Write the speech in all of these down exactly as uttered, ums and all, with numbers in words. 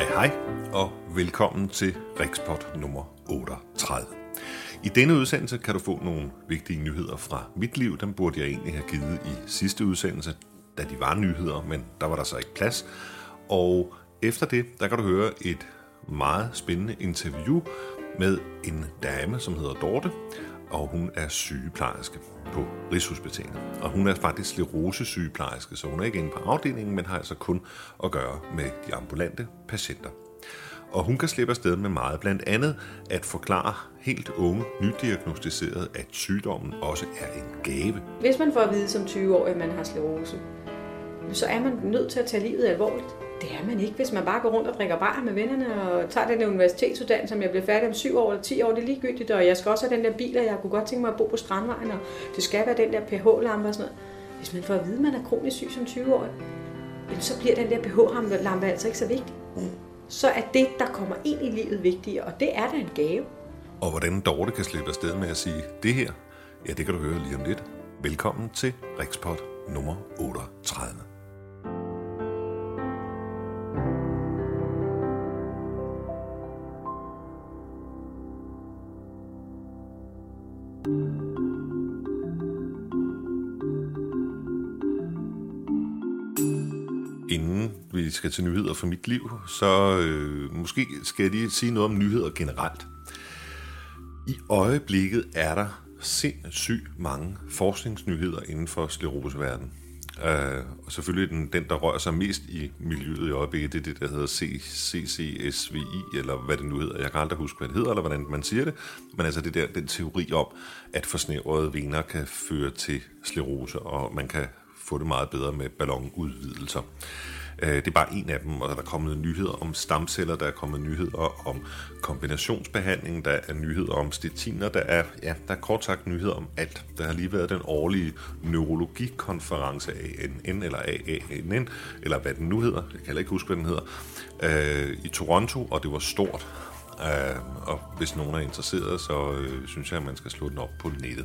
Hej og velkommen til Rikspot nummer otteogtredive. I denne udsendelse kan du få nogle vigtige nyheder fra mit liv. Dem burde jeg egentlig have givet i sidste udsendelse, da de var nyheder, men der var der så ikke plads. Og efter det, der kan du høre et meget spændende interview med en dame, som hedder Dorte, og hun er sygeplejerske på Rigshospitalet. Og hun er faktisk sklerosesygeplejerske, så hun er ikke inde på afdelingen, men har altså kun at gøre med de ambulante patienter. Og hun kan slippe afsted med meget, blandt andet at forklare helt unge, nydiagnostiseret, at sygdommen også er en gave. Hvis man får at vide som tyve-årig, at man har sklerose, så er man nødt til at tage livet alvorligt. Det er man ikke, hvis man bare går rundt og drikker bajer med vennerne og tager den universitetsuddannelse, som jeg bliver færdig om syv år eller ti år, det er ligegyldigt, og jeg skal også have den der bil, og jeg kunne godt tænke mig at bo på Strandvejen, og det skal være den der pH-lampe og sådan noget. Hvis man får at vide, at man er kronisk syg som tyve-årig, så bliver den der pH-lampe altså ikke så vigtig. Så er det, der kommer ind i livet, vigtigere, og det er da en gave. Og hvordan Dorte kan slippe afsted med at sige det her, ja, det kan du høre lige om lidt. Velkommen til Rikspot nummer otteogtredive. Inden vi skal til nyheder for mit liv, så øh, måske skal jeg lige sige noget om nyheder generelt. I øjeblikket er der sindssygt mange forskningsnyheder inden for skleroseverdenen. Øh, og selvfølgelig den, den, der rører sig mest i miljøet i øjeblikket, det er det, der hedder C C S V I, eller hvad det nu hedder. Jeg kan aldrig huske, hvad det hedder, eller hvordan man siger det. Men altså det der, den teori om, at forsnævrede vener kan føre til sklerose, og man kan få det meget bedre med ballonudvidelser. Det er bare en af dem, og der er kommet nyheder om stamceller, der er kommet nyheder om kombinationsbehandling, der er nyheder om statiner, der er, ja, der er kort sagt nyheder om alt. Der har lige været den årlige neurologikonference A N N, eller A A N N, eller hvad den nu hedder, jeg kan heller ikke huske, hvad den hedder, øh, i Toronto, og det var stort. Øh, og hvis nogen er interesseret, så øh, synes jeg, at man skal slå den op på nettet.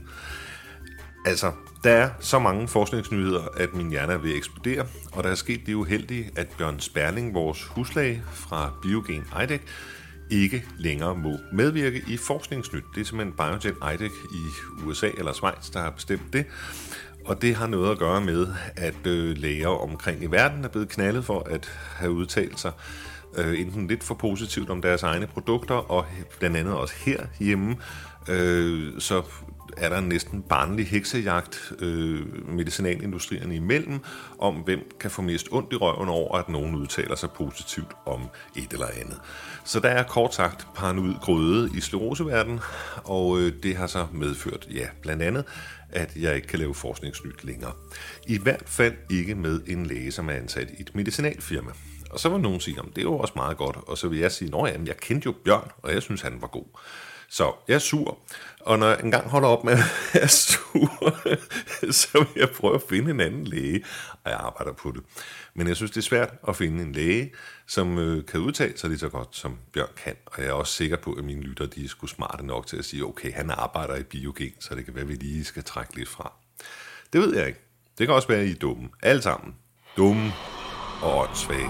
Altså, der er så mange forskningsnyheder, at min hjerne er ved at eksplodere, og der er sket det uheldige, at Bjørn Sperling, vores huslæge fra Biogen Idec, ikke længere må medvirke i Forskningsnyt. Det er simpelthen Biogen Idec i U S A eller Schweiz, der har bestemt det. Og det har noget at gøre med, at øh, læger omkring i verden er blevet knaldet for at have udtalt sig øh, enten lidt for positivt om deres egne produkter, og blandt andet også herhjemme, øh, så er der en næsten barnlig heksejagt øh, medicinalindustrierne imellem, om hvem kan få mest ondt i røven over, at nogen udtaler sig positivt om et eller andet. Så der er kort sagt paranoid grøde i skleroseverdenen, og øh, det har så medført, ja, blandt andet, at jeg ikke kan lave forskningsnyt længere. I hvert fald ikke med en læge, som er ansat i et medicinalfirma. Og så vil nogen sige, at det er jo også meget godt, og så vil jeg sige, at jeg kendte jo Bjørn, og jeg synes, han var god. Så jeg er sur, og når jeg engang holder op med at være sur, så vil jeg prøve at finde en anden læge, og jeg arbejder på det. Men jeg synes, det er svært at finde en læge, som øh, kan udtale sig lige så godt, som Bjørn kan. Og jeg er også sikker på, at mine lyttere, de er sgu smarte nok til at sige, okay, han arbejder i Biogen, så det kan være, at vi lige skal trække lidt fra. Det ved jeg ikke. Det kan også være, at I er dumme. Alle sammen. Dumme og åndssvage.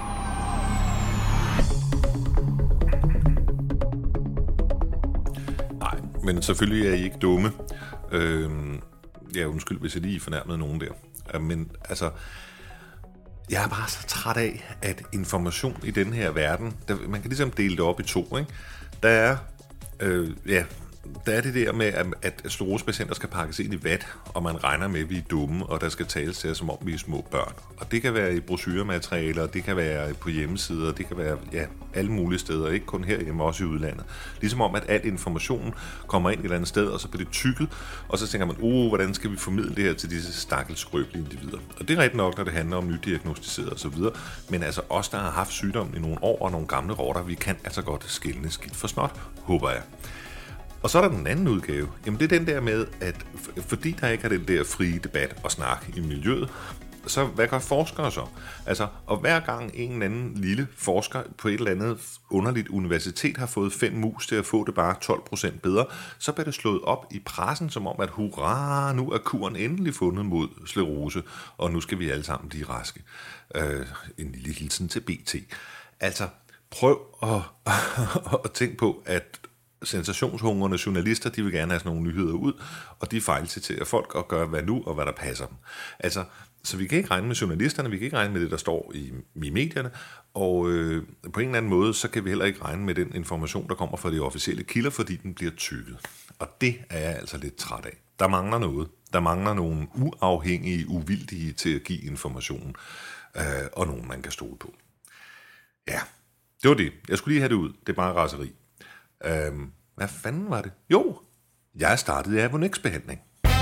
Men selvfølgelig er I ikke dumme. Øhm, ja, undskyld, hvis jeg lige fornærmede nogen der. Men altså, jeg er bare så træt af, at information i den her verden, der, man kan ligesom dele det op i to, ikke? Der er, øh, ja, der er det der med, at sklerosepatienter skal pakkes ind i vat, og man regner med, at vi er dumme, og der skal tales til os, som om vi er små børn. Og det kan være i brochurematerialer, det kan være på hjemmesider, det kan være, ja, alle mulige steder, ikke kun herhjemme, også i udlandet. Ligesom om, at al informationen kommer ind et eller andet sted, og så bliver det tykket, og så tænker man, oh, hvordan skal vi formidle det her til disse stakkels skrøbelige individer? Og det er rigtigt nok, når det handler om nydiagnostiseret og så videre, men altså os, der har haft sygdommen i nogle år, og nogle gamle rotter, vi kan altså godt skelne skidt for snot, håber jeg. Og så er der den anden udgave. Jamen det er den der med, at fordi der ikke er den der frie debat og snak i miljøet, så hvad gør forskere så? Altså, og hver gang en eller anden lille forsker på et eller andet underligt universitet har fået fem mus til at få det bare tolv procent bedre, så bliver det slået op i pressen som om, at hurra, nu er kuren endelig fundet mod sklerose, og nu skal vi alle sammen blive raske. Øh, en lille hilsen til B T. Altså, prøv at, at tænke på, at sensationshungrende journalister, de vil gerne have sådan nogle nyheder ud, og de fejlciterer folk og gør hvad nu, og hvad der passer dem. Altså, så vi kan ikke regne med journalisterne, vi kan ikke regne med det, der står i, i medierne, og øh, på en eller anden måde, så kan vi heller ikke regne med den information, der kommer fra de officielle kilder, fordi den bliver tykket. Og det er jeg altså lidt træt af. Der mangler noget. Der mangler nogle uafhængige, uvildige til at give information, øh, og nogen, man kan stole på. Ja, det var det. Jeg skulle lige have det ud. Det er bare raseri. Øhm, hvad fanden var det? Jo, jeg startede i Avonex-behandling.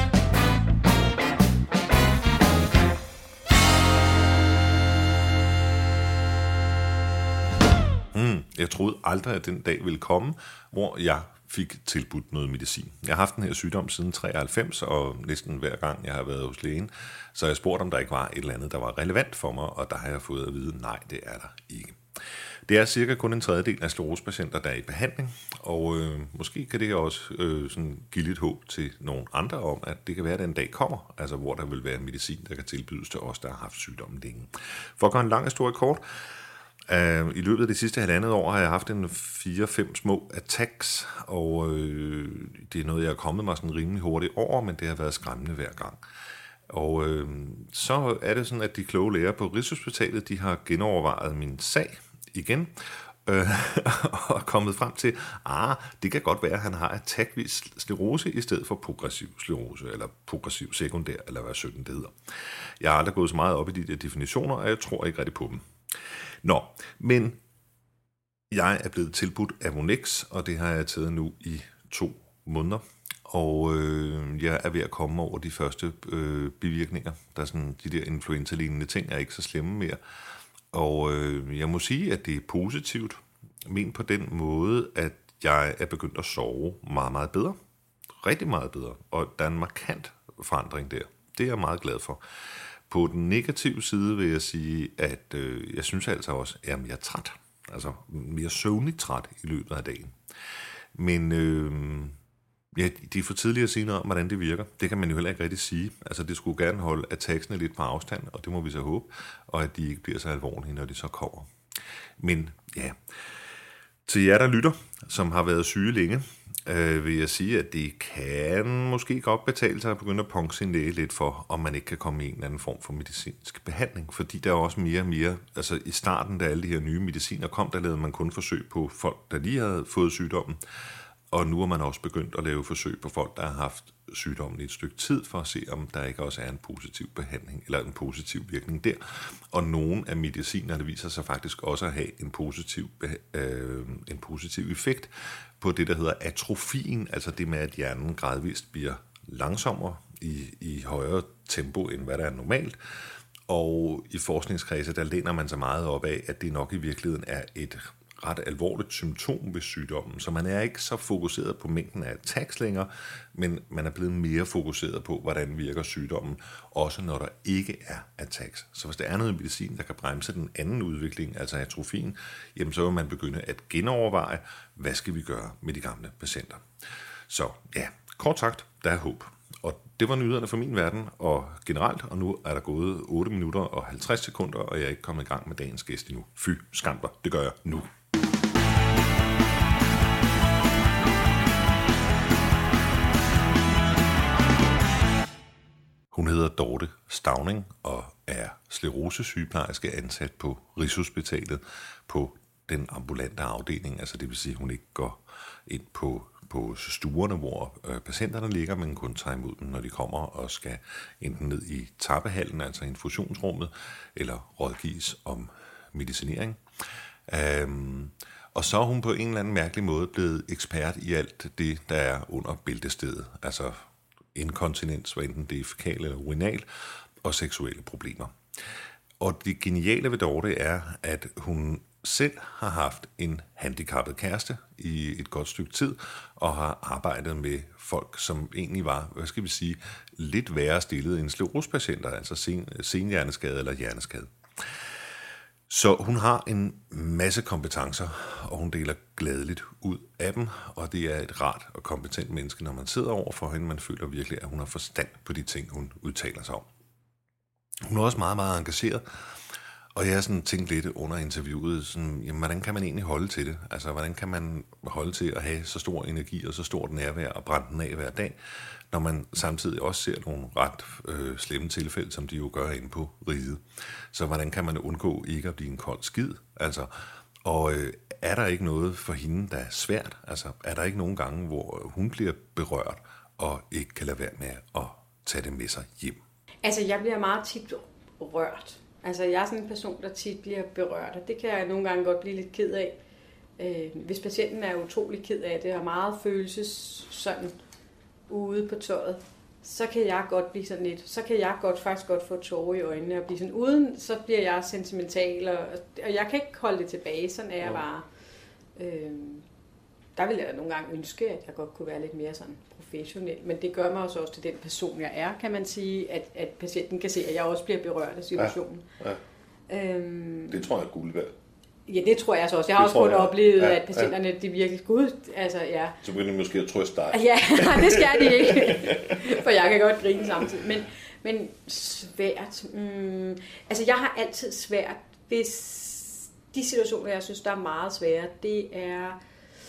Hmm, jeg troede aldrig, at den dag ville komme, hvor jeg fik tilbudt noget medicin. Jeg har haft den her sygdom siden treoghalvfems, og næsten hver gang jeg har været hos lægen, så jeg spurgte, om der ikke var et eller andet, der var relevant for mig, og der har jeg fået at vide, nej, det er der ikke. Det er cirka kun en tredjedel af sklerosepatienter, der er i behandling, og øh, måske kan det også øh, sådan give lidt håb til nogle andre om, at det kan være, at den dag kommer, altså hvor der vil være medicin, der kan tilbydes til os, der har haft sygdommen længe. For at gøre en lang historie kort, øh, i løbet af de sidste halvandet år har jeg haft en fire fem små attacks, og øh, det er noget, jeg er kommet mig sådan rimelig hurtigt over, men det har været skræmmende hver gang. Og øh, så er det sådan, at de kloge læger på Rigshospitalet, de har genovervejet min sag igen, øh, og er kommet frem til, ah, det kan godt være, at han har attackvis sklerose i stedet for progressiv sklerose, eller progressiv sekundær, eller hvad sytten det hedder. Jeg har aldrig gået så meget op i de der definitioner, og jeg tror ikke rigtig på dem. Nå, men jeg er blevet tilbudt Avonex, og det har jeg taget nu i to måneder. Og øh, jeg er ved at komme over de første øh, bivirkninger. Der er sådan, de der influenza-lignende ting er ikke så slemme mere. Og øh, jeg må sige, at det er positivt, men på den måde, at jeg er begyndt at sove meget, meget bedre. Rigtig meget bedre. Og der er en markant forandring der. Det er jeg meget glad for. På den negative side vil jeg sige, at øh, jeg synes altså også, at jeg er mere træt. Altså mere søvnligt træt i løbet af dagen. Men øh, ja, de er for tidligt at sige noget om, hvordan det virker. Det kan man jo heller ikke rigtig sige. Altså det skulle gerne holde attacksene lidt på afstand, og det må vi så håbe, og at de ikke bliver så alvorlige, når de så kommer. Men ja, til jer, der lytter, som har været syge længe, øh, vil jeg sige, at det kan måske godt betale sig at begynde at punke sin læge lidt for, om man ikke kan komme i en eller anden form for medicinsk behandling. Fordi der er også mere og mere, altså i starten, da alle de her nye mediciner kom, der lavede man kun forsøg på folk, der lige havde fået sygdommen. Og nu er man også begyndt at lave forsøg på folk, der har haft sygdommen i et stykke tid, for at se, om der ikke også er en positiv behandling, eller en positiv virkning der. Og nogle af medicinerne viser sig faktisk også at have en positiv, øh, en positiv effekt på det, der hedder atrofien, altså det med, at hjernen gradvist bliver langsommere i, i højere tempo, end hvad der er normalt. Og i forskningskredse, der læner man sig meget op af, at det nok i virkeligheden er et ret alvorligt symptom ved sygdommen, så man er ikke så fokuseret på mængden af attacks længere, men man er blevet mere fokuseret på, hvordan virker sygdommen, også når der ikke er attacks. Så hvis der er noget medicin, der kan bremse den anden udvikling, altså atrofien, jamen så vil man begynde at genoverveje, hvad skal vi gøre med de gamle patienter. Så ja, kort sagt, der er håb. Og det var nyhederne fra min verden, og generelt, og nu er der gået otte minutter og halvtreds sekunder, og jeg er ikke kommet i gang med dagens gæst endnu. Fy, skam dig, det gør jeg nu. Hun hedder Dorte Stauning og er sklerosesygeplejerske ansat på Rigshospitalet på den ambulante afdeling, altså det vil sige, at hun ikke går ind på, på stuerne, hvor øh, patienterne ligger, men kun tager imod dem, når de kommer og skal enten ned i tappehallen, altså infusionsrummet, eller rådgives om medicinering. Øhm, og så er hun på en eller anden mærkelig måde blevet ekspert i alt det, der er under bæltestedet, altså inkontinens, hvad enten det er fækal eller urinal, og seksuelle problemer. Og det geniale ved Dorte er, at hun selv har haft en handicappet kæreste i et godt stykke tid, og har arbejdet med folk, som egentlig var, hvad skal vi sige, lidt værre stillet end sklerosepatienter, altså sen, senhjerneskade eller hjerneskade. Så hun har en masse kompetencer, og hun deler gladeligt ud af dem, og det er et rart og kompetent menneske, når man sidder over for hende. Man føler virkelig, at hun har forstand på de ting, hun udtaler sig om. Hun er også meget, meget engageret, Og jeg har sådan tænkt lidt under interviewet, sådan, jamen, hvordan kan man egentlig holde til det? Altså, hvordan kan man holde til at have så stor energi og så stort nærvær og brænde den af hver dag, når man samtidig også ser nogle ret øh, slemme tilfælde, som de jo gør inde på riget. Så hvordan kan man undgå ikke at blive en kold skid? Altså, og øh, er der ikke noget for hende, der er svært? Altså, er der ikke nogen gange, hvor hun bliver berørt og ikke kan lade være med at tage det med sig hjem? Altså, jeg bliver meget tit rørt. Altså, jeg er sådan en person, der tit bliver berørt, og det kan jeg nogle gange godt blive lidt ked af. Øh, hvis patienten er utrolig ked af det, og meget følelses sådan ude på tøjet, så kan jeg godt blive sådan lidt, så kan jeg godt faktisk godt få tårer i øjnene og blive sådan, uden, så bliver jeg sentimental, og, og jeg kan ikke holde det tilbage, sådan er jeg bare. Øh, der vil jeg da nogle gange ønske, at jeg godt kunne være lidt mere sådan professionel, men det gør mig også til den person, jeg er, kan man sige, at, at patienten kan se, at jeg også bliver berørt af situationen. Ja, ja. Øhm, det tror jeg er guld værd. Ja, det tror jeg så også. Jeg har det også kun oplevet, ja, at patienterne, ja. de virkelig gud, altså ja. Så begynder de måske at trøste dig. Ja, det skal de ikke, for jeg kan godt grine samtidig. Men, men svært, mm, altså jeg har altid svært, hvis de situationer, jeg synes, der er meget svære, det er,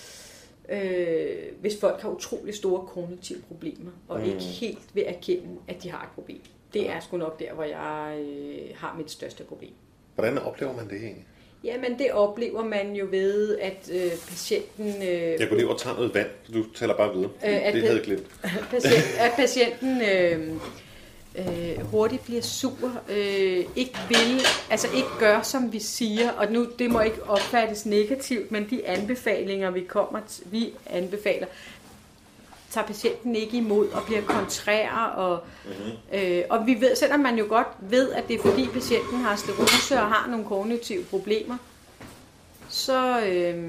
øh, hvis folk har utrolig store kognitive problemer, og mm. ikke helt vil erkende, at de har et problem. Det er sgu nok der, hvor jeg øh, har mit største problem. Hvordan oplever man det egentlig? Jamen, det oplever man jo ved, at øh, patienten... Øh, jeg går lige over og tager noget vand, du taler bare videre. Øh, det havde jeg glemt. Patient, at patienten øh, øh, hurtigt bliver sur, øh, ikke vil, altså ikke gør, som vi siger, og nu, det må ikke opfattes negativt, men de anbefalinger, vi kommer til, vi anbefaler, tager patienten ikke imod og bliver kontrær, og, mm-hmm. øh, og vi ved, selvom man jo godt ved, at det er fordi patienten har sklerose og har nogle kognitive problemer, så, øh,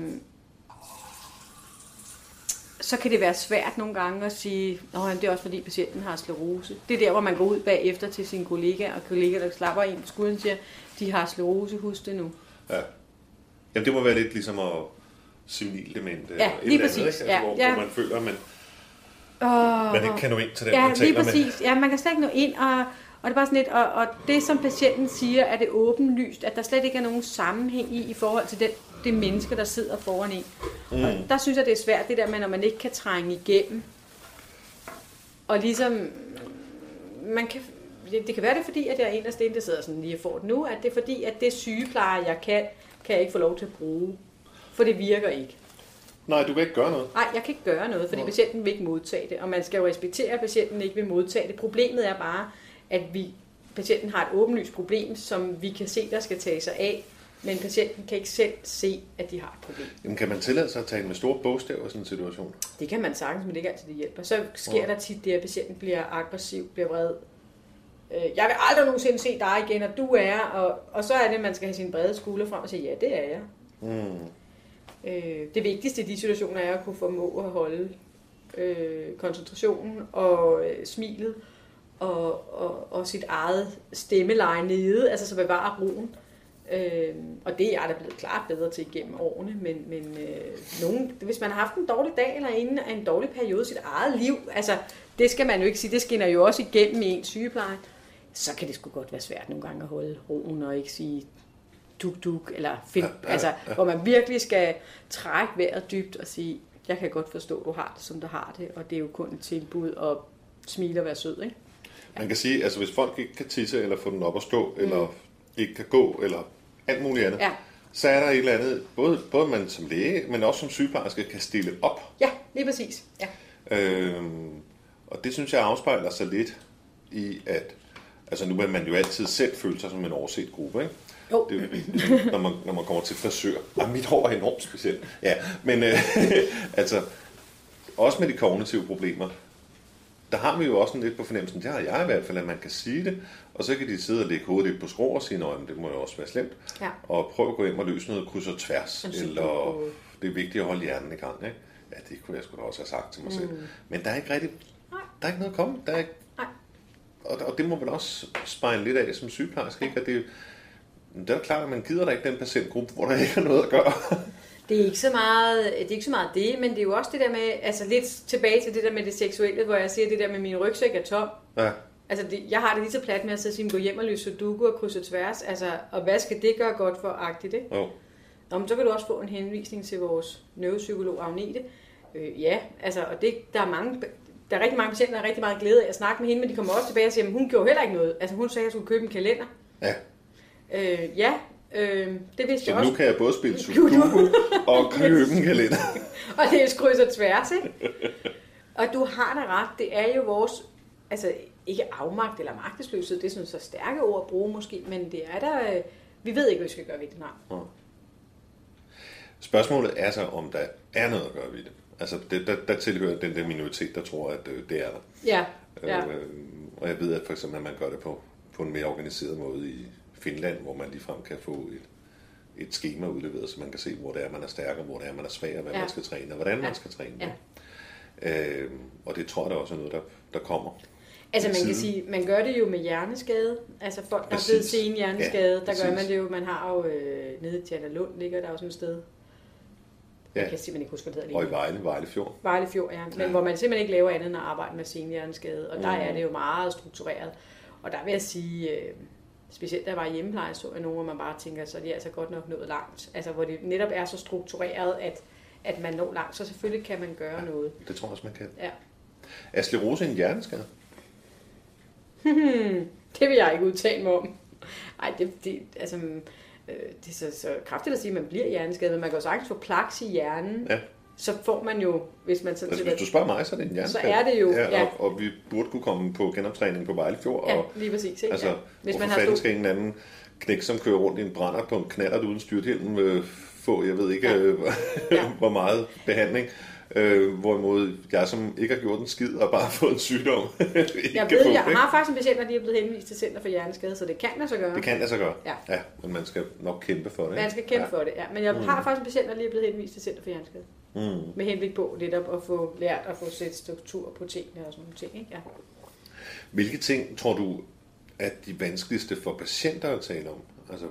så kan det være svært nogle gange at sige, at det er også fordi patienten har sklerose. Det er der, hvor man går ud bagefter til sine kollegaer, og kollegaer, der slapper en på skulderen og siger, de har sklerose, husk det nu. Ja. Jamen det må være lidt ligesom at senildement. Ja, lige præcis. Andet, altså, ja, hvor, ja. hvor man føler, at man, oh, man ikke kan nå ind til den, ja, man taler lige præcis. med. Ja, man kan slet ikke nå ind, og, og det er bare sådan lidt, og, og det som patienten siger, er det åbenlyst, at der slet ikke er nogen sammenhæng i, i forhold til den, det menneske, der sidder foran en. Mm. Og der synes jeg, det er svært, det der med, når man ikke kan trænge igennem. Og ligesom, man kan, det kan være det fordi, at jeg er en af sten, der sidder sådan lige og får det nu, at det er fordi, at det sygepleje, jeg kan, kan jeg ikke få lov til at bruge. For det virker ikke. Nej, du kan ikke gøre noget. Nej, jeg kan ikke gøre noget, fordi Nej. patienten vil ikke modtage det. Og man skal jo respektere, at patienten ikke vil modtage det. Problemet er bare, at vi, patienten har et åbenlyst problem, som vi kan se, der skal tage sig af. Men patienten kan ikke selv se, at de har et problem. Jamen, kan man tillade sig at tale med store bogstaver i sådan en situation? Det kan man sagtens, men det er ikke altid, det hjælper. Så sker ja. der tit det, at patienten bliver aggressiv, bliver vred. Jeg vil aldrig nogensinde se dig igen, og du er. Og, og så er det, at man skal have sine brede skuldre frem og sige, ja, det er jeg. Mm. Det vigtigste i de situationer er at kunne formå at holde øh, koncentrationen og øh, smilet og, og, og sit eget stemmeleje nede, altså så bevare roen. Øh, og det er jeg da blevet klart bedre til igennem årene, men, men øh, nogen, hvis man har haft en dårlig dag eller en, en dårlig periode i sit eget liv, altså det skal man jo ikke sige, det skinner jo også igennem i ens sygepleje, så kan det sgu godt være svært nogle gange at holde roen og ikke sige duk-duk, eller find, ja, ja, altså, ja. Hvor man virkelig skal trække vejret dybt og sige, jeg kan godt forstå, at du har det, som du har det, og det er jo kun et tilbud og smile og være sød, ikke? Ja. Man kan sige, altså hvis folk ikke kan tisse, eller få den op at stå, mm. eller ikke kan gå, eller alt muligt andet, ja. Så er der et eller andet, både, både man som læge, men også som sygeplejerske, kan stille op. Ja, lige præcis. Ja. Øhm, og det synes jeg afspejler sig lidt i, at altså nu vil man jo altid selv føle sig som en overset gruppe, ikke? Jo. Det er jo ligesom, når man, når man kommer til frisør. Ah, mit hår er enormt specielt. Ja, men øh, altså, også med de kognitive problemer, der har vi jo også en lidt på fornemmelsen, det har jeg i hvert fald, at man kan sige det, og så kan de sidde og lægge hovedet lidt på skrå og sige, at det må jo også være slemt, ja. Og prøve at gå hjem og løse noget kryds og tværs, eller det er vigtigt at holde hjernen i gang, ikke? Ja, det kunne jeg sgu da også have sagt til mig mm. selv. Men der er ikke rigtig, der er ikke noget at komme, der er ikke, og, og det må man også spejle lidt af som sygeplejerske, ikke? At det, det er klart, at man gider da ikke den patientgruppe, hvor der ikke er noget at gøre. Det er ikke så meget, det er ikke så meget det, men det er jo også det der med, altså lidt tilbage til det der med det seksuelle, hvor jeg siger det der med min rygsæk er tom. Ja. Altså, det, jeg har det lige så plat med at sige, gå hjem og løse sudoku og krydse tværs. Altså, og hvad skal det gøre godt for agtigt, ikke? Jo. Nå, men så kan du også få en henvisning til vores neuropsykolog Agnete. Øh, ja, altså, og det, der er mange... Der er rigtig mange patienter, der er rigtig meget glæde af at snakke med hende, men de kommer også tilbage og siger, at hun gjorde heller ikke noget. Altså, hun sagde, at jeg skulle købe en kalender. Ja. Øh, ja, øh, det vidste så jeg også. Så nu kan jeg både spille sudoku og købe en kalender. Og det er kryds og tværs, ikke? Og du har da ret, det er jo vores, altså ikke afmagt eller magtesløshed, det er sådan så stærke ord at bruge måske, men det er der, vi ved ikke, hvad vi skal gøre ved det, nej. Ja. Spørgsmålet er så, om der er noget at gøre ved det. Altså, det, der, der tilhører den der minoritet, der tror, at øh, det er der. Ja, ja. Øh, og jeg ved, at for eksempel, at man gør det på, på en mere organiseret måde i Finland, hvor man ligefrem kan få et, et schema udleveret, så man kan se, hvor det er, man er stærk, og hvor det er, man er svag, og hvad ja. man skal træne, og hvordan ja. man skal træne. Ja. Øh, og det tror jeg da også er noget, der, der kommer. Altså man kan sige, man gør det jo med hjerneskade. Altså folk, der er blevet til en hjerneskade, ja, der gør man det jo. Man har jo øh, nede i Tjernalund, ligger der jo sådan et sted. Ja. Jeg kan simpelthen ikke huske, hvad det hedder lige. Og i Vejle, Vejlefjord. Vejlefjord, ja. Men ja. hvor man simpelthen ikke laver andet end at arbejde med senhjerneskade. Og mm. der er det jo meget struktureret. Og der vil jeg sige, øh, specielt da jeg var i hjemmepleje, så er nogen, hvor man bare tænker, så er de altså godt nok nået langt. Altså hvor det netop er så struktureret, at, at man når langt. Så selvfølgelig kan man gøre ja, noget. Det tror jeg også, man kan. Ja. Er sklerose en hjerneskade? Det vil jeg ikke udtale mig om. Ej, det, det, altså, øh, det er så, så kraftigt at sige, at man bliver hjerneskadet, men man kan jo sagtens få plaks i hjernen. Ja. Så får man jo, hvis man sådan... Altså, hvis du spørger mig, så er det en hjerneskade. Så er det jo, ja. ja. Og, og vi burde kunne komme på genoptræning på Vejlefjord. Ja, og, lige præcis. Ikke? Altså, ja. Hvis man har fanden skal en anden knæk, som kører rundt i en brænder på en knallert uden styrthjelm, øh, få, jeg ved ikke, ja. øh, ja. hvor meget behandling. Øh, hvorimod jeg, som ikke har gjort en skid og bare fået en sygdom. jeg ved, jeg har faktisk en patient, der lige er blevet henvist til Center for Hjerneskade, så det kan lade sig gøre. Det kan lade sig gøre, ja. ja. Men man skal nok kæmpe for det. Man skal kæmpe ja. for det, ja. Men jeg mm. har faktisk en patient, der lige er blevet henvist til Center for Hjerneskade. Mm. Med henblik på netop at få lært at få sæt struktur på tingene og sådan nogle ting. Ikke? Ja. Hvilke ting tror du er de vanskeligste for patienter at tale om? Altså...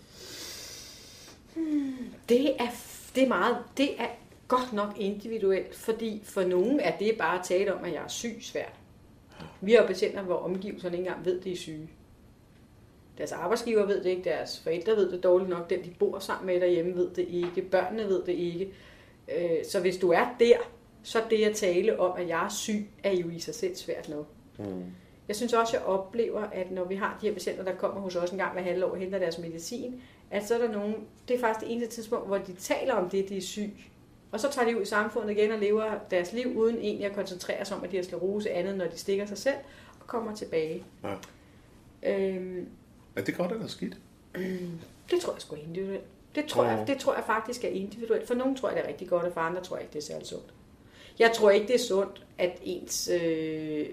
Hmm. Det er det er meget... Det er godt nok individuelt, fordi for nogen er det bare at tale om, at jeg er syg svært. Vi har patienter, hvor omgivelserne ikke engang ved, at de er syge. Deres arbejdsgiver ved det ikke, deres forældre ved det dårligt nok, den de bor sammen med derhjemme ved det ikke, børnene ved det ikke. Så hvis du er der, så det at tale om, at jeg er syg, er jo i sig selv svært nok. Mm. Jeg synes også, jeg oplever, at når vi har de her patienter, der kommer hos os en gang hver halvår og henter deres medicin, at så er der nogen, det er faktisk det eneste tidspunkt, hvor de taler om det, de er syg. Og så tager de ud i samfundet igen og lever deres liv, uden egentlig at koncentrere sig om, at de har sklerose andet, når de stikker sig selv, og kommer tilbage. Ja. Øhm, er det godt eller skidt? Det tror jeg sgu er individuelt. Det tror, ja. jeg, det tror jeg faktisk er individuelt. For nogle tror jeg, det er rigtig godt, og for andre tror jeg ikke, det er særlig sundt. Jeg tror ikke, det er sundt, at ens øh,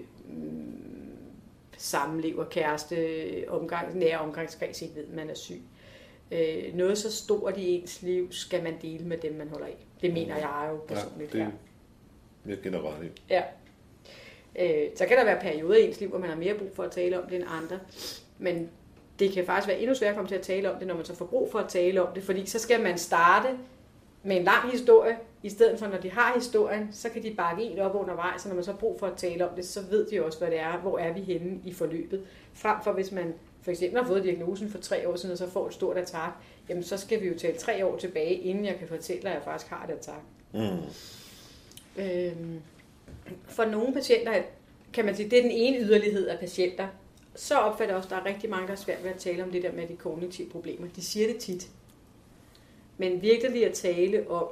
samlever, kæreste, omgang, nære omgangskreds ikke ved, at man er syg. Øh, noget så stort i ens liv skal man dele med dem, man holder af. Det mener jeg jo personligt. Ja, det er mere generelt. Ja. Øh, så kan der være perioder i ens liv, hvor man har mere brug for at tale om det end andre. Men det kan faktisk være endnu sværere at komme til at tale om det, når man så får brug for at tale om det. Fordi så skal man starte med en lang historie, i stedet for når de har historien, så kan de bakke en op undervejs. Så når man så har brug for at tale om det, så ved de også, hvad det er. Hvor er vi henne i forløbet? Frem for hvis man for eksempel har fået diagnosen for tre år siden, og så får et stort attack, jamen så skal vi jo tale tre år tilbage, inden jeg kan fortælle, at jeg faktisk har et attack. Mm. Øhm, for nogle patienter, kan man sige, det er den ene yderlighed af patienter, så opfatter jeg også, at der er rigtig mange, der er svært ved at tale om det der med de kognitive problemer. De siger det tit. Men virkelig at tale om,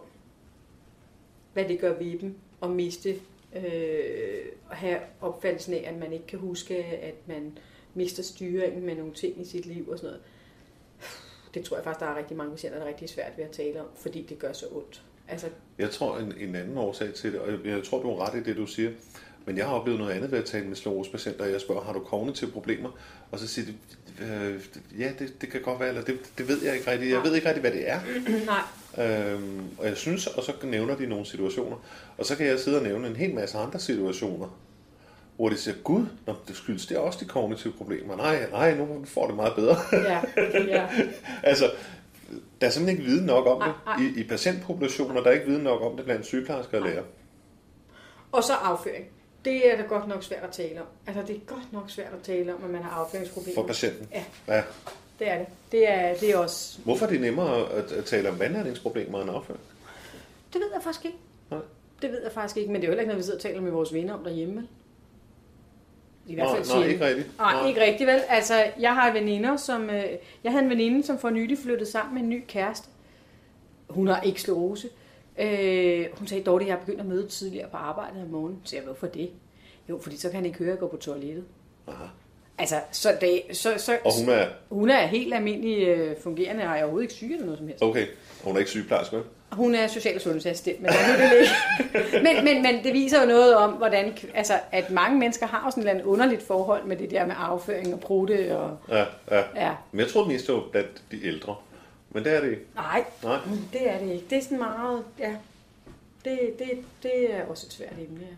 hvad det gør ved dem, og miste, øh, og have opfattelsen af, at man ikke kan huske, at man mister styringen med nogle ting i sit liv og sådan noget. Det tror jeg faktisk, der er rigtig mange patienter, der er rigtig svært ved at tale om, fordi det gør så ondt. Altså... Jeg tror en, en anden årsag til det, og jeg tror, du har ret i det, du siger, men jeg har oplevet noget andet ved at tale med sklerosepatienter, og jeg spørger, har du kognitive problemer? Og så siger de, øh, ja, det, det kan godt være, eller det, det ved jeg ikke rigtigt. Jeg ved ikke rigtigt, hvad det er. Nej. Øhm, og jeg synes, og så nævner de nogle situationer, og så kan jeg sidde og nævne en hel masse andre situationer, hvor de siger, gud, nå, det skyldes det er også de kognitive problemer. Nej, nej, nu får det meget bedre. Ja, ja. Altså, der er simpelthen ikke viden nok om det. I, i patientpopulationer, der er ikke viden nok om det blandt sygeplejersker og læger. Og så afføring. Det er da godt nok svært at tale om. Altså, det er godt nok svært at tale om, at man har afføringsproblemer. For patienten? Ja. Ja. Det er det. Det er, det er også... Hvorfor er det nemmere at, at tale om vandladningsproblemer end afføring? Det ved jeg faktisk ikke. Nej. Det ved jeg faktisk ikke, men det er jo heller ikke noget, vi sidder og taler med vores venner om derhjemme. I hvert fald nej, nej, ikke rigtigt. Nej, nej, ikke rigtigt vel. Altså, jeg har veninder, som... Øh, jeg havde en veninde, som for nylig flyttede sammen med en ny kæreste. Hun har ikke sklerose. Øh, hun sagde, Dorte, jeg er begyndt at møde tidligere på arbejdet om morgenen. Så jeg, hvorfor det? Jo, fordi så kan han ikke høre at gå på toilettet. Aha. Altså, så, det, så, så Og hun er... Hun er helt almindelig øh, fungerende, og er overhovedet ikke syg eller noget som helst. Okay, og hun er ikke sygeplejerske, vel? Hun er social- og sundhedsassistent, men, det men, men, men det viser jo noget om, hvordan, altså, at mange mennesker har sådan et eller andet underligt forhold med det der med afføring og prutte. Og, ja, ja, ja. Men jeg tror mest det var blandt de ældre. Men det er det ikke. Nej, Nej, det er det ikke. Det er sådan meget, ja, det, det, det er også et svært emne. Ja.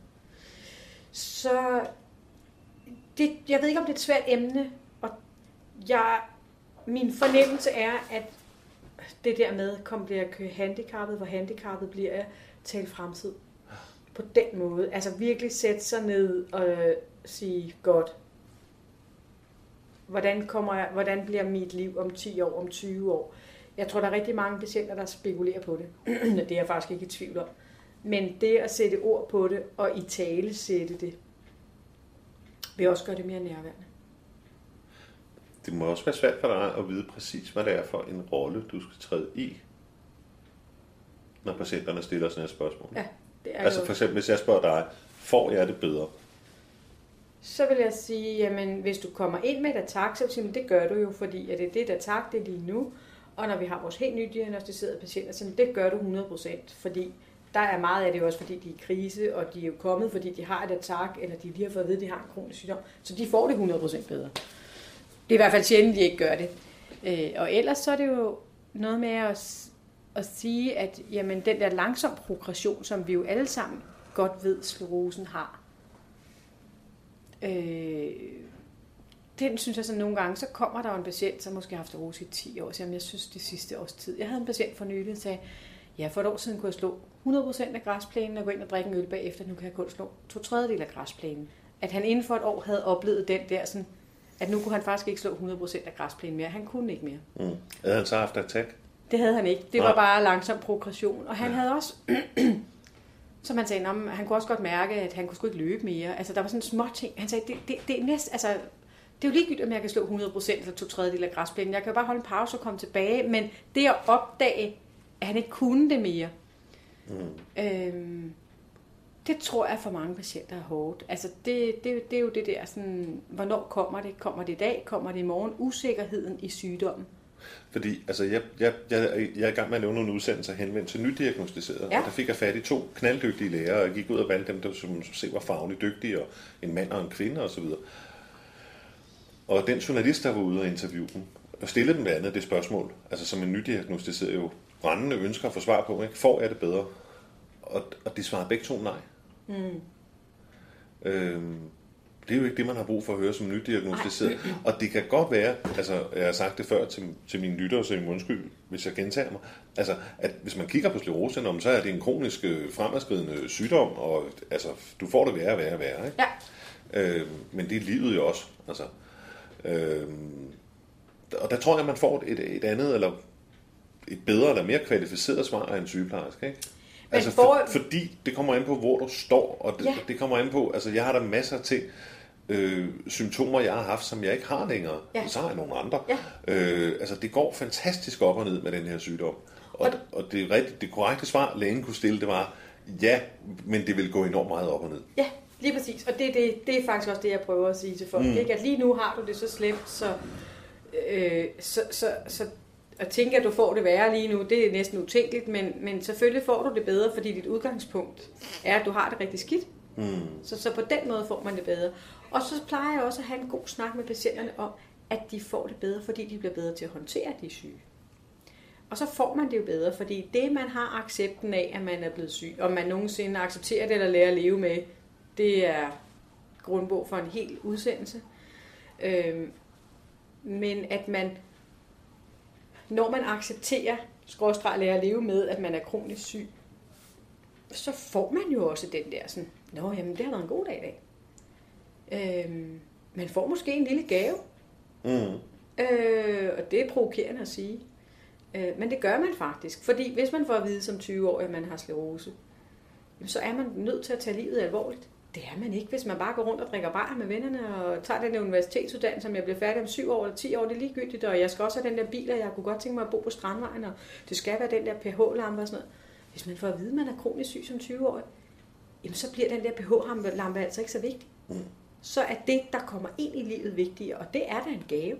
Så, det, jeg ved ikke, om det er et svært emne, og jeg, min fornemmelse er, at det der med, kom bliver jeg handicappet, hvor handicappet bliver jeg, til fremtid. På den måde. Altså virkelig sætte sig ned og sige, godt, hvordan, kommer jeg, hvordan bliver mit liv om ti år, om tyve år? Jeg tror, der er rigtig mange patienter, der spekulerer på det. Det er jeg faktisk ikke i tvivl om. Men det at sætte ord på det, og i tale sætte det, vil også gøre det mere nærværende. Det må også være svært for dig at vide præcis, hvad det er for en rolle, du skal træde i, når patienterne stiller sådan et spørgsmål. Ja, det er altså jo... for eksempel, hvis jeg spørger dig, får jeg det bedre? Så vil jeg sige, jamen hvis du kommer ind med et attack, så vil jeg sige, det gør du jo, fordi at det er det attack, det er lige nu. Og når vi har vores helt nydiagnosticerede patienter, så det gør du hundrede procent, fordi der er meget af det også, fordi de er i krise, og de er jo kommet, fordi de har et attack, eller de lige har fået at vide, at de har en kronisk sygdom. Så de får det hundrede procent bedre. Det er i hvert fald sjældent, de ikke gør det. Øh, og ellers så er det jo noget med at, at sige, at jamen, den der langsom progression, som vi jo alle sammen godt ved, sklerosen har, øh, den synes jeg så nogle gange, så kommer der jo en patient, som måske har haft sklerose i ti år, så jeg synes det sidste års tid. Jeg havde en patient for nylig, der sagde, ja, for et år siden kunne jeg slå hundrede procent af græsplænen og gå ind og drikke en øl bagefter, nu kan jeg kun slå to tredjedel af græsplænen. At han inden for et år havde oplevet den der sådan, at nu kunne han faktisk ikke slå hundrede procent af græsplænen mere. Han kunne ikke mere. Mm. Havde han så haft attack? Det havde han ikke. Det Nej. var bare langsom progression. Og han ja. havde også, som han sagde, han kunne også godt mærke, at han kunne sgu ikke løbe mere. Altså der var sådan små ting. Han sagde, det, det, det er næst, altså, det er jo ligegyldigt, om jeg kan slå hundrede procent eller to tredjedel af græsplænen. Jeg kan jo bare holde en pause og komme tilbage. Men det at opdage, at han ikke kunne det mere, mm. øhm, det tror jeg for mange patienter er hårdt. Altså det, det, det er jo det der, sådan, hvornår kommer det? Kommer det i dag? Kommer det i morgen? Usikkerheden i sygdommen. Fordi altså, jeg, jeg, jeg, jeg er i gang med at lave nogle udsendelser henvendt til nydiagnostiserede, ja. Og der fik jeg fat i to knalddygtige læger, og jeg gik ud og valgte dem, der som se var fagligt dygtige, og en mand og en kvinde osv. Og den journalist, der var ude og interviewe dem, og stillede dem blandt andet det spørgsmål, altså som en nydiagnostiseret jo brændende ønsker at få svar på, ikke? Får jeg det bedre? Og, og de svarede begge to nej. Mm. Øhm, det er jo ikke det, man har brug for at høre som nydiagnostiseret. Og det kan godt være, altså jeg har sagt det før til, til mine lyttere, så I må undskylde, hvis jeg gentager mig, altså at hvis man kigger på sklerose, så er det en kronisk fremadskridende sygdom, og altså du får det værre, værre, værre. Ikke? Ja. Øhm, men det er livet jo også. Altså, øhm, og der tror jeg, man får et, et andet, eller et bedre eller mere kvalificeret svar af en sygeplejerske, ikke? Altså for, fordi det kommer an på, hvor du står, og det, ja. det kommer an på, altså jeg har der masser af ting, øh, symptomer, jeg har haft, som jeg ikke har længere, ja. Så har jeg nogle andre. Ja. Øh, altså det går fantastisk op og ned med den her sygdom. Og, og, og det, rigtigt, det korrekte svar, lægen kunne stille, det var, ja, men det vil gå enormt meget op og ned. Ja, lige præcis. Og det, det, det er faktisk også det, jeg prøver at sige til folk. Mm. Ikke? At lige nu har du det så slemt, så, øh, så, så, så at tænke, at du får det værre lige nu, det er næsten utænkeligt, men, men selvfølgelig får du det bedre, fordi dit udgangspunkt er, at du har det rigtig skidt. Mm. Så, så på den måde får man det bedre. Og så plejer jeg også at have en god snak med patienterne om, at de får det bedre, fordi de bliver bedre til at håndtere, at de er syge. Og så får man det jo bedre, fordi det, man har accepten af, at man er blevet syg, og man nogensinde accepterer det eller lærer at leve med, det er grundbog for en hel udsendelse. Øhm, men at man når man accepterer, skråstreg lærer at leve med, at man er kronisk syg, så får man jo også den der sådan, nå, jamen det har været en god dag i dag. Øhm, man får måske en lille gave. Mm. Øh, og det er provokerende at sige. Øh, men det gør man faktisk. Fordi hvis man får at vide som tyve-årig, at man har sklerose, så er man nødt til at tage livet alvorligt. Det er man ikke, hvis man bare går rundt og drikker bajer med vennerne og tager den universitetsuddannelse, som jeg bliver færdig om syv år eller ti år, det er ligegyldigt, og jeg skal også have den der bil, og jeg kunne godt tænke mig at bo på Strandvejen, og det skal være den der pH-lampe og sådan noget. Hvis man får at vide, at man er kronisk syg som tyve-årig, jamen så bliver den der pH-lampe altså ikke så vigtig. Mm. Så er det, der kommer ind i livet, vigtigere, og det er da en gave.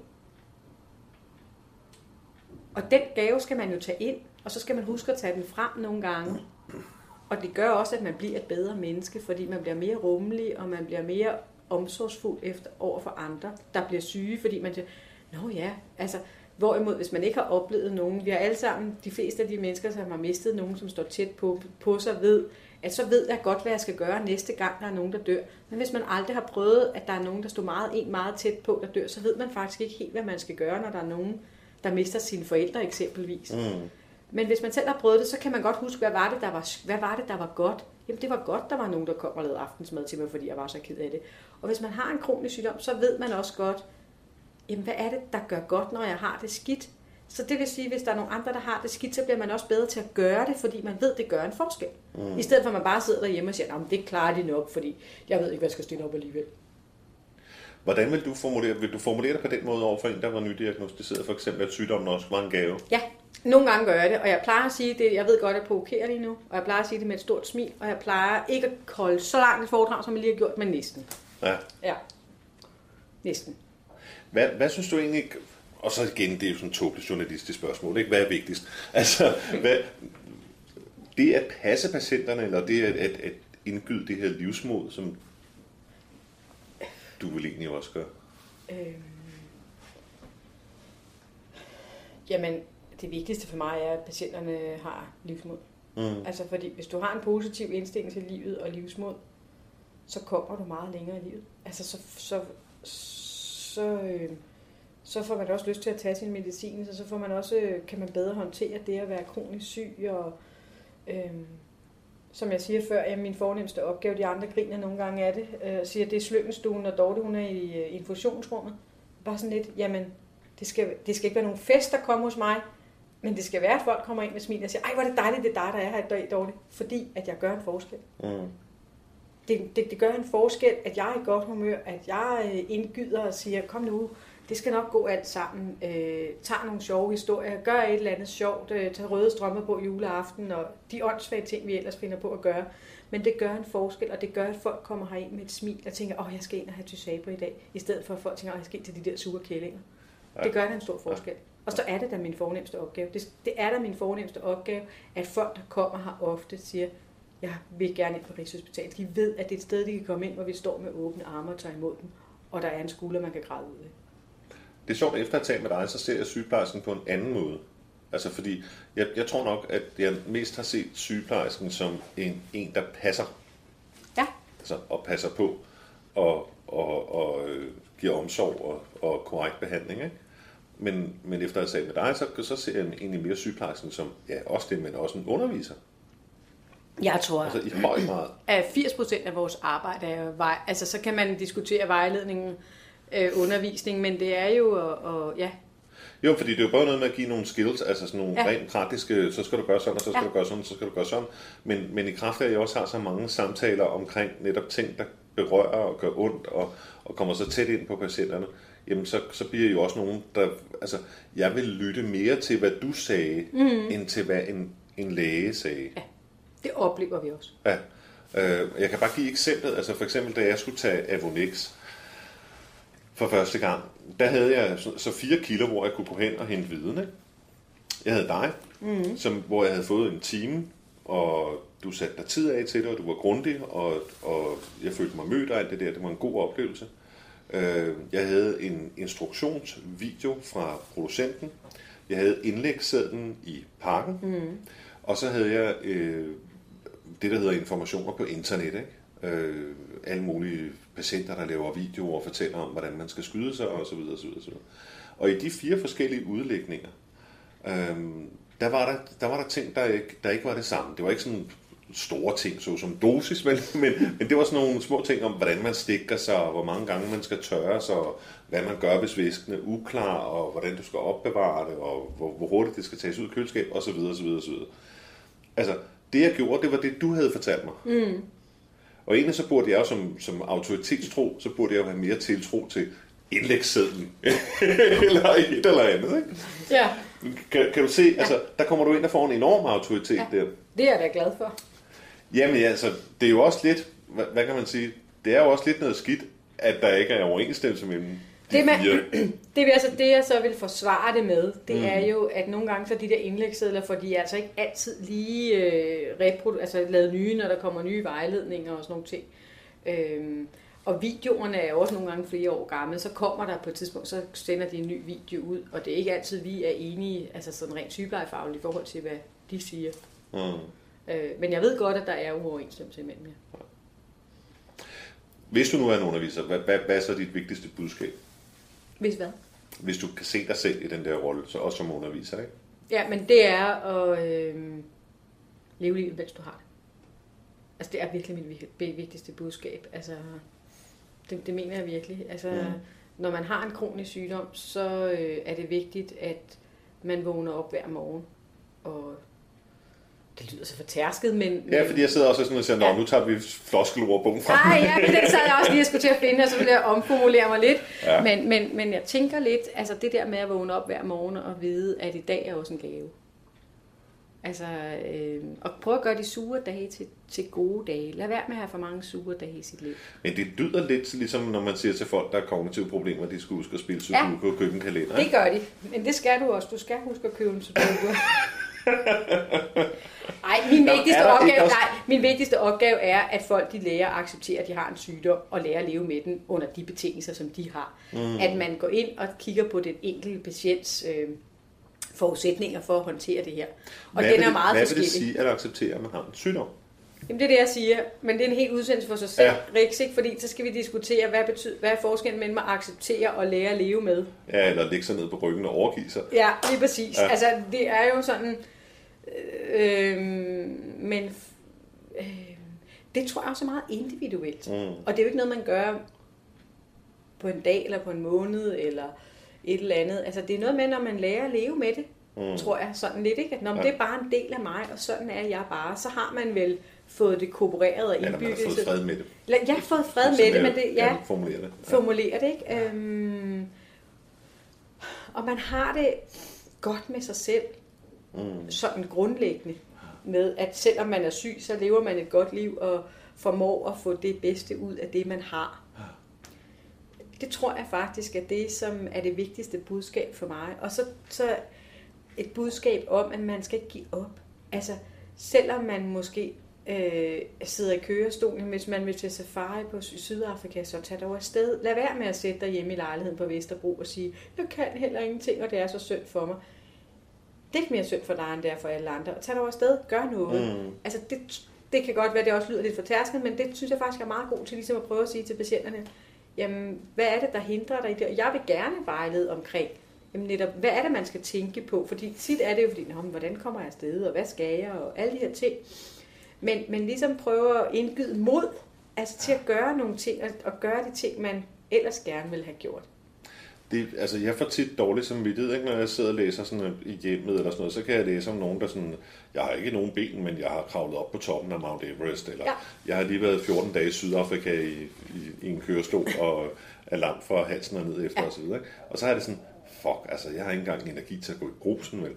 Og den gave skal man jo tage ind, og så skal man huske at tage den frem nogle gange. Og det gør også, at man bliver et bedre menneske, fordi man bliver mere rummelig, og man bliver mere omsorgsfuld efter, over for andre, der bliver syge, fordi man siger, nå ja, altså, hvorimod, hvis man ikke har oplevet nogen, vi har alle sammen, de fleste af de mennesker, som har mistet nogen, som står tæt på, på sig, ved, at så ved jeg godt, hvad jeg skal gøre næste gang, der er nogen, der dør. Men hvis man aldrig har prøvet, at der er nogen, der står meget, en meget tæt på, der dør, så ved man faktisk ikke helt, hvad man skal gøre, når der er nogen, der mister sine forældre eksempelvis. Mm. Men hvis man selv har prøvet det, så kan man godt huske, hvad var det, der var, hvad var det, der var godt. Jamen det var godt, der var nogen, der kom og lavede aftensmad til mig, fordi jeg var så ked af det. Og hvis man har en kronisk sygdom, så ved man også godt, jamen hvad er det, der gør godt, når jeg har det skidt. Så det vil sige, hvis der er nogen andre, der har det skidt, så bliver man også bedre til at gøre det, fordi man ved, det gør en forskel. Mm. I stedet for at man bare sidder derhjemme og siger, det klarer de nok, fordi jeg ved ikke, hvad jeg skal stille op alligevel. Hvordan vil du formulere, vil du formulere det på den måde over for en, der var nydiagnostiseret, for eksempel, at sygdommen også var en gave? Ja, nogle gange gør jeg det, og jeg plejer at sige det, jeg ved godt, at jeg provokerer lige nu, og jeg plejer at sige det med et stort smil, og jeg plejer ikke at holde så langt et foredrag, som jeg lige har gjort, men næsten. Ja. Ja, næsten. Hvad, hvad synes du egentlig, og så igen, det er jo sådan et tåbeligt journalistisk spørgsmål, ikke? Hvad er vigtigst? Altså, hvad, det at passe patienterne, eller det at, at, at indgyde det her livsmod, som du vil egentlig også gøre? Øhm, jamen, det vigtigste for mig er, at patienterne har livsmod. Mm. Altså, fordi hvis du har en positiv indstilling til livet og livsmod, så kommer du meget længere i livet. Altså, så, så, så, øh, så får man også lyst til at tage sin medicin, så, så får man også, kan man bedre håndtere det at være kronisk syg, og øh, som jeg siger før, er min fornemmeste opgave, de andre griner nogle gange af det, øh, siger, at det er slyngelstuen, når Dorte hun er i øh, infusionsrummet. Bare sådan lidt, jamen, det skal, det skal ikke være nogen fest, der kommer hos mig, men det skal være, at folk kommer ind med smil og siger, ej, hvor er det dejligt, det er dig, der er her i dag, Dorte, fordi at jeg gør en forskel. Mm. Det, det, det gør en forskel, at jeg er i godt humør, at jeg indgyder og siger, kom nu, det skal nok gå alt sammen. Øh, tag nogle sjove historier, gør et eller andet sjovt, øh, tag røde strømper på juleaften, og de åndssvage ting, vi ellers finder på at gøre. Men det gør en forskel, og det gør, at folk kommer herind med et smil og tænker, åh, jeg skal ind og have tysabre i dag, i stedet for at folk tænker, åh, jeg skal ind til de der sure kællinger. Ja. Det gør da en stor forskel. Og så er det da min fornemmeste opgave. Det, det er da min fornemmeste opgave, at folk, der kommer her ofte, siger, jeg vil gerne ind på Rigshospitalet. De ved, at det er et sted, de kan komme ind, hvor vi står med åbne arme og tager imod dem, og der er en skulder, man kan græde ud af. Det er sjovt, efter at tale med dig, så ser jeg sygeplejersken på en anden måde. Altså fordi, jeg, jeg tror nok, at jeg mest har set sygeplejersken som en, en der passer. Ja. Altså, og passer på, og, og, og øh, giver omsorg og, og korrekt behandling, ikke? Men, men efter at have talt med dig, så, så ser jeg egentlig mere sygeplejersken som, ja, også det, men også en underviser. Jeg tror, altså, i høj grad. At firs procent af vores arbejde er vej, altså så kan man diskutere vejledningen, øh, undervisning, men det er jo, og, og ja. Jo, fordi det er jo bare noget med at give nogle skills, altså sådan nogle ja. rent praktiske, så skal du gøre sådan, og så skal ja. du gøre sådan, så skal du gøre sådan. Men, men i kraft af, at jeg også har så mange samtaler omkring netop ting, der berører og gør ondt, og, og kommer så tæt ind på patienterne, jamen så, så bliver jo også nogen, der, altså, jeg vil lytte mere til, hvad du sagde, mm. end til, hvad en, en læge sagde. Ja. Det oplever vi også. Ja. Øh, jeg kan bare give eksemplet. Altså for eksempel, da jeg skulle tage Avonex for første gang, der havde jeg så, så fire kilo, hvor jeg kunne gå hen og hente viden. Ikke? Jeg havde dig, mm. som, hvor jeg havde fået en time, og du satte dig tid af til det, og du var grundig, og, og jeg følte mig mødt af alt det der. Det var en god oplevelse. Øh, jeg havde en instruktionsvideo fra producenten. Jeg havde indlægssedlen i pakken. Mm. Og så havde jeg øh, det, der hedder informationer på internet, ikke? Øh, alle mulige patienter, der laver videoer og fortæller om, hvordan man skal skyde sig, og så videre, så videre, så videre. Og i de fire forskellige udlægninger, øh, der, var der, der var der ting, der ikke, der ikke var det samme. Det var ikke sådan store ting, så som dosis, men, men, men det var sådan nogle små ting om, hvordan man stikker sig, og hvor mange gange man skal tørre sig, og hvad man gør, hvis væsken er uklar, og hvordan du skal opbevare det, og hvor, hvor hurtigt det skal tages ud af køleskab, osv. osv., osv. Altså, det jeg gjorde, det var det, du havde fortalt mig. Mm. Og egentlig så burde jeg jo som, som autoritetstro, så burde jeg jo have mere tiltro til indlægssedlen, eller et eller andet, ikke? Ja. Kan, kan du se, ja. Altså, der kommer du ind og får en enorm autoritet ja. Der. Det er jeg da glad for. Jamen ja, altså, det er jo også lidt, hvad, hvad kan man sige, det er jo også lidt noget skidt, at der ikke er overensstemmelse mellem de det, man, fire. det, altså, det jeg så vil forsvare det med, det mm. er jo, at nogle gange så de der indlægssedler, for de er altså ikke altid lige øh, reprodu- altså lavet nye, når der kommer nye vejledninger og sådan nogle ting. Øhm, og videoerne er jo også nogle gange flere år gamle, så kommer der på et tidspunkt, så sender de en ny video ud, og det er ikke altid, vi er enige, altså sådan rent sygeplejefagligt i forhold til, hvad de siger. Mm. Øh, men jeg ved godt, at der er uoverensstemmelse imellem jer. Hvis du nu er en underviser, hvad, hvad, hvad er så dit vigtigste budskab? Hvis hvad? Hvis du kan se dig selv i den der rolle, så også som underviser, ikke? Ja, men det er at øh, leve livet, mens du har det. Altså, det er virkelig mit vigtigste budskab. Altså, det, det mener jeg virkelig. Altså, mm. når man har en kronisk sygdom, så øh, er det vigtigt, at man vågner op hver morgen. Og det lyder så fortærsket, men... Ja, fordi jeg sidder også sådan og siger, ja. Nu tager vi floskelordbogen frem. Nej, ja, men den sad jeg også lige at skulle til at finde, og så vil jeg omformulere mig lidt. Ja. Men, men, men jeg tænker lidt, altså det der med at vågne op hver morgen og vide, at i dag er også en gave. Altså, øh, og prøve at gøre de sure dage til, til gode dage. Lad være med at have for mange sure dage i sit liv. Men det lyder lidt ligesom, når man siger til folk, der har kognitive problemer, de skal huske at spille sudoku og købe en kalender. Det gør de. Men det skal du også. Du skal huske at købe en sudoku. Ej, min vigtigste, Nå, opgave, også... nej, min vigtigste opgave er, at folk de lærer at acceptere, at de har en sygdom, og lærer at leve med den under de betingelser, som de har. Mm. At man går ind og kigger på den enkelte patients øh, forudsætninger for at håndtere det her. Og hvad den er det, meget hvad forskellig. Hvad vil det sige, at acceptere, at man har en sygdom? Jamen det er det, jeg siger, men det er en helt udsendelse for sig selv, ja. Riks, ikke? Fordi så skal vi diskutere, hvad, betyder, hvad er forskellen mellem at acceptere og lære at leve med. Ja, eller lægge sig ned på ryggen og overgive sig. Ja, lige præcis. Ja. Altså, det er jo sådan... Øh, men øh, det tror jeg også er meget individuelt. Mm. Og det er jo ikke noget, man gør på en dag, eller på en måned, eller et eller andet. Altså, det er noget med, når man lærer at leve med det, mm. tror jeg, sådan lidt, ikke? At når ja. Det er bare en del af mig, og sådan er jeg bare, så har man vel fået det korporeret og indbygget. Ja, man har fået fred med det. Jeg har fået fred med det, men det, ja, formulere det. Ja. Formulere det, ikke? Ja. Øhm, og man har det godt med sig selv, mm. sådan grundlæggende, med at selvom man er syg, så lever man et godt liv, og formår at få det bedste ud af det, man har. Det tror jeg faktisk er det, som er det vigtigste budskab for mig. Og så, så et budskab om, at man skal ikke give op. Altså, selvom man måske øh, sidder i kørestolen, hvis man vil til safari på Sydafrika, så tag dog afsted. Lad være med at sætte dig hjemme i lejligheden på Vesterbro og sige, jeg kan heller ingenting, og det er så synd for mig. Det er ikke mere synd for dig, end det er for alle andre. Og tag dog afsted, gør noget. Mm. Altså, det, det kan godt være, det også lyder lidt fortærsket, men det synes jeg faktisk er meget god til ligesom at prøve at sige til patienterne, jamen, hvad er det, der hindrer dig i det? Og jeg vil gerne vejlede omkring, jamen netop, hvad er det, man skal tænke på? Fordi tit er det jo, fordi, hvordan kommer jeg afsted, og hvad skal jeg, og alle de her ting. Men, men ligesom prøve at indgyde mod, altså til at gøre nogle ting, og, og gøre de ting, man ellers gerne vil have gjort. Det, altså, jeg får tit dårligt samvittighed, ikke? Når jeg sidder og læser sådan i hjemmet eller sådan noget, så kan jeg læse om nogen, der sådan, jeg har ikke nogen ben, men jeg har kravlet op på toppen af Mount Everest, eller ja. Jeg har lige været fjorten dage i Sydafrika i, i, i en kørestol, og er langt fra halsen og ned efter ja. Og så videre, ikke? Og så er det sådan, fuck, altså, jeg har ikke engang energi til at gå i brusen, vel?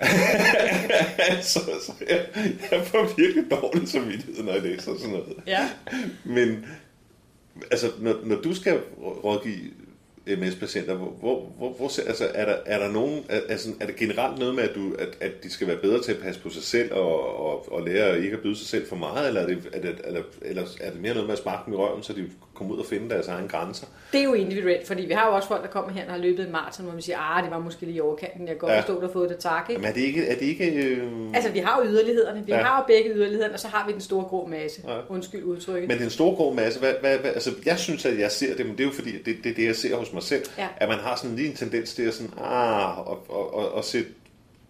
så så jeg, jeg får virkelig dårlig samvittighed, når jeg læser sådan noget. Ja. Men, altså, når, når du skal rådgive M S-patienter, hvor, hvor, hvor, hvor altså, er, der, er der nogen, altså, er det generelt noget med, at, du, at, at de skal være bedre til at passe på sig selv, og, og, og lære ikke at byde sig selv for meget, eller er det, er det, eller, eller er det mere noget med at sparke dem i røven, så de kommer ud og finde deres egne grænser? Det er jo individuelt, fordi vi har jo også folk, der kommer her og har løbet en maraton, hvor man siger, ah, det var måske lige i overkanten, jeg kan godt ja. Forstå, der har fået det tak, ikke? Men er det ikke... Er det ikke øh... Altså, vi har jo yderlighederne, vi ja. Har jo begge yderlighederne, og så har vi den store grå masse. Ja. Undskyld udtrykket. Men den store grå masse, hvad, hvad, hvad, altså, jeg synes, at jeg ser det, men det er jo fordi, det er det, det, jeg ser hos mig selv, ja. At man har sådan lige en tendens til at sådan, ah, og, og, og, og sætte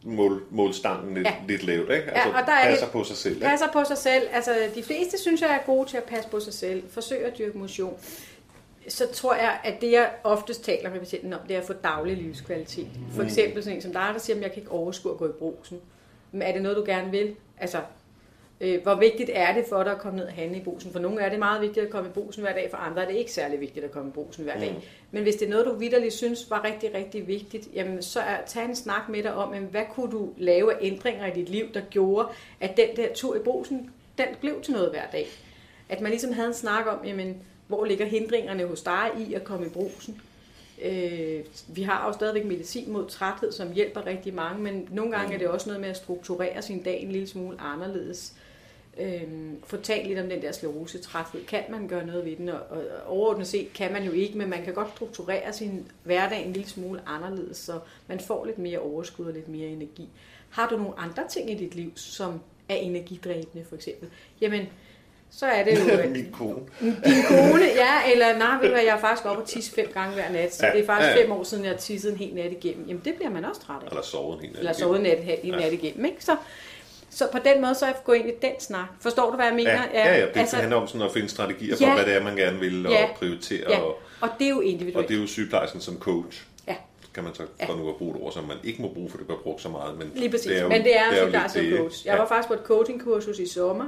mål, målstangen lidt, ja. lidt lavt, ikke? Altså ja, og der passer er, på sig selv. Ikke? Passer på sig selv. Altså de fleste synes jeg er gode til at passe på sig selv. Forsøger at dyrke motion. Så tror jeg, at det jeg oftest taler med patienten om, det er at få daglig livskvalitet. For eksempel sådan en som dig, der siger, at jeg kan ikke overskue at gå i Brugsen. Men er det noget, du gerne vil? Altså, øh, hvor vigtigt er det for dig at komme ned og handle i Brugsen? For nogle er det meget vigtigt at komme i Brugsen hver dag, for andre er det ikke særlig vigtigt at komme i Brugsen hver dag. Mm. Men hvis det er noget, du vitterligt synes var rigtig, rigtig vigtigt, jamen så er, tag en snak med dig om, jamen, hvad kunne du lave af ændringer i dit liv, der gjorde, at den der tur i Brugsen, den blev til noget hver dag. At man ligesom havde en snak om, jamen, hvor ligger hindringerne hos dig i at komme i Brugsen? Øh, vi har jo stadigvæk medicin mod træthed, som hjælper rigtig mange, men nogle gange er det også noget med at strukturere sin dag en lille smule anderledes. Øh, få talt lidt om den der sklerosetræthed. Kan man gøre noget ved den? Og, og overordnet set kan man jo ikke, men man kan godt strukturere sin hverdag en lille smule anderledes, så man får lidt mere overskud og lidt mere energi. Har du nogle andre ting i dit liv, som er energidræbende for eksempel? Jamen, så er det jo... Min kone. Din kone, ja, eller nej, ved du hvad, jeg er faktisk oppe og tisse fem gange hver nat, så ja, det er faktisk ja, ja. fem år siden, jeg har tisset en hel nat igennem. Jamen, det bliver man også træt af. Eller sovet en hel nat Eller sovet en nat, en nat igennem, ikke? Så, så på den måde, så er jeg gået ind i den snak. Forstår du, hvad jeg mener? Ja, ja, ja. Det altså, handler om sådan at finde strategier for, ja, hvad det er, man gerne vil, og ja, prioritere. Ja. Og, og det er jo individuelt. Og det er jo sygeplejersken som coach. Ja. Kan man så for nu at bruge et ord, som man ikke må bruge, for det bliver brugt så meget. Men lige præcis, det er jo, men det er jo sygeplejersken som coach. Jeg ja. var faktisk på et coachingkursus i sommer,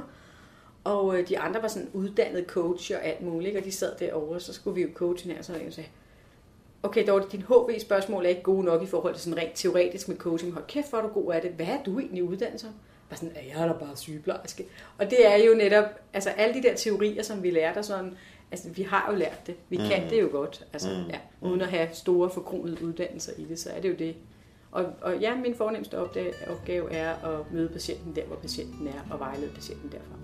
og de andre var sådan uddannede coach og alt muligt, og de sad derovre, så skulle vi jo coache her, så jeg sagde, okay, Dorte, din H V-spørgsmål er ikke gode nok i forhold til sådan rent teoretisk med coaching. Hold kæft, hvor er du god af det. Hvad er du egentlig uddannet som? Bare sådan, jeg er da bare sygeplejerske. Og det er jo netop, altså alle de der teorier, som vi lærte og sådan, altså vi har jo lært det. Vi mm. kan det jo godt, altså mm. ja, uden at have store forkronede uddannelser i det, så er det jo det. Og, og ja, min fornemmeste opgave er at møde patienten der, hvor patienten er, og vejlede patienten derfra.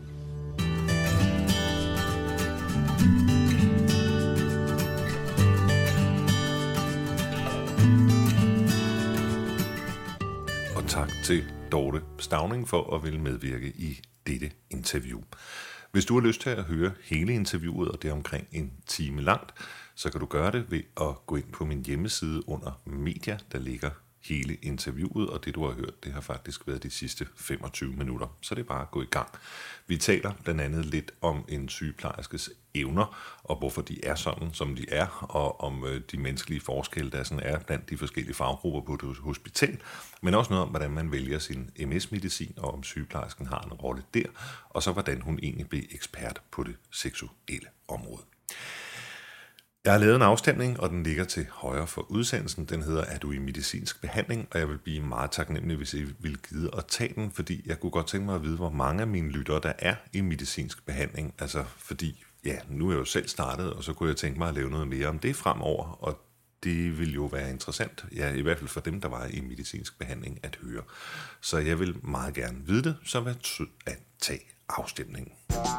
Og tak til Dorte Stauning for at ville medvirke i dette interview. Hvis du har lyst til at høre hele interviewet, og det er omkring en time langt, så kan du gøre det ved at gå ind på min hjemmeside under media, der ligger hele interviewet, og det du har hørt, det har faktisk været de sidste femogtyve minutter. Så det er bare at gå i gang. Vi taler blandt andet lidt om en sygeplejerskes evner, og hvorfor de er sådan, som de er, og om de menneskelige forskelle, der sådan er blandt de forskellige faggrupper på et hospital, men også noget om, hvordan man vælger sin M S-medicin, og om sygeplejersken har en rolle der, og så hvordan hun egentlig blev ekspert på det seksuelle område. Jeg har lavet en afstemning, og den ligger til højre for udsendelsen. Den hedder, er du i medicinsk behandling? Og jeg vil blive meget taknemmelig, hvis I vil gide at tage den, fordi jeg kunne godt tænke mig at vide, hvor mange af mine lyttere, der er i medicinsk behandling. Altså fordi, ja, nu er jeg jo selv startet, og så kunne jeg tænke mig at lave noget mere om det fremover, og det vil jo være interessant, ja, i hvert fald for dem, der var i medicinsk behandling, at høre. Så jeg vil meget gerne vide det, så vær sød at tage afstemningen.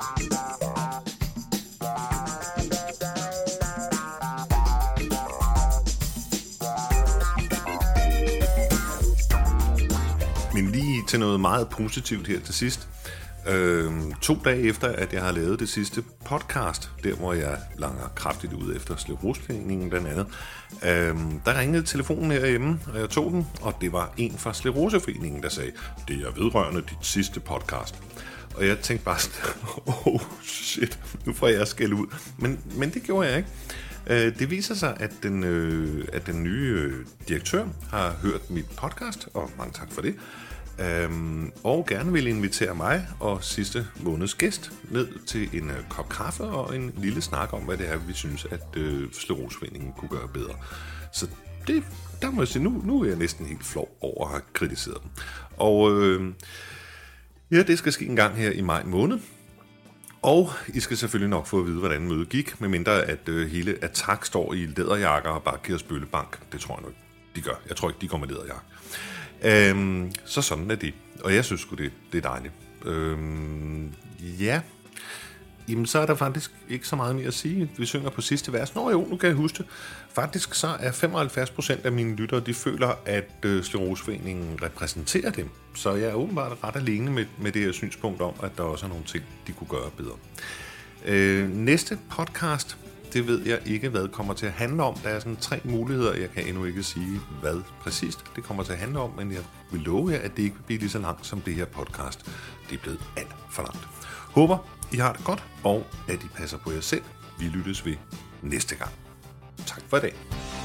Men lige til noget meget positivt her til sidst. Øh, to dage efter, at jeg har lavet det sidste podcast, der hvor jeg langer kraftigt ud efter Scleroseforeningen blandt andet, øh, der ringede telefonen herhjemme, og jeg tog den, og det var en fra Scleroseforeningen, der sagde, det er vedrørende dit sidste podcast. Og jeg tænkte bare sådan, oh shit, nu får jeg skæld ud. Men, men det gjorde jeg ikke. Det viser sig, at den, øh, at den nye øh, direktør har hørt mit podcast, og mange tak for det, øhm, og gerne vil invitere mig og sidste måneds gæst ned til en øh, kop kaffe og en lille snak om, hvad det er, vi synes, at øh, Scleroseforeningen kunne gøre bedre. Så det, der må jeg sige, nu, nu er jeg næsten helt flov over at have kritiseret dem. Og øh, ja, det skal ske en gang her i maj måned. Og I skal selvfølgelig nok få at vide, hvordan mødet gik, medmindre at øh, hele Attack står i læderjakker og bare giver spølle bank. Det tror jeg nu ikke, de gør. Jeg tror ikke, de kommer med læderjakke. Øhm, så sådan er det. Og jeg synes sgu, det, det er dejligt. Øhm, ja, jamen så er der faktisk ikke så meget mere at sige. Vi synger på sidste vers. Nå jo, nu kan jeg huske det. Faktisk så er femoghalvfjerds procent af mine lyttere, de føler, at øh, Scleroseforeningen repræsenterer dem. Så jeg er åbenbart ret alene med, med det her synspunkt om, at der også er nogle ting, de kunne gøre bedre. Øh, næste podcast, det ved jeg ikke, hvad det kommer til at handle om. Der er sådan tre muligheder. Jeg kan endnu ikke sige, hvad præcist det kommer til at handle om, men jeg vil love jer, at det ikke vil blive lige så langt som det her podcast. Det er blevet alt for langt. Håber, I har det godt, og at I passer på jer selv. Vi lyttes ved næste gang. Tak for i dag.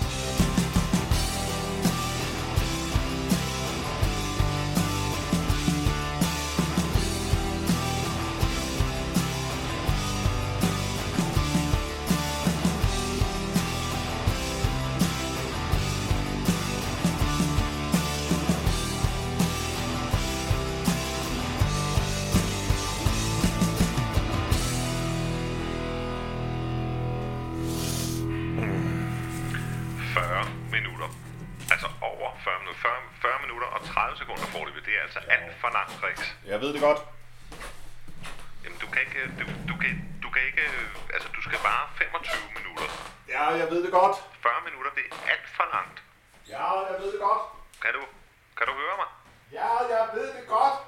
fyrre minutter. Altså over fyrre minutter. fyrre, fyrre minutter og tredive sekunder får det. Det er altså alt for langt, Rex. Jeg ved det godt. Jamen, du kan ikke... Du, du, kan, du kan ikke... Altså, du skal bare femogtyve minutter. Ja, jeg ved det godt. fyrre minutter, det er alt for langt. Ja, jeg ved det godt. Kan du... Kan du høre mig? Ja, jeg ved det godt.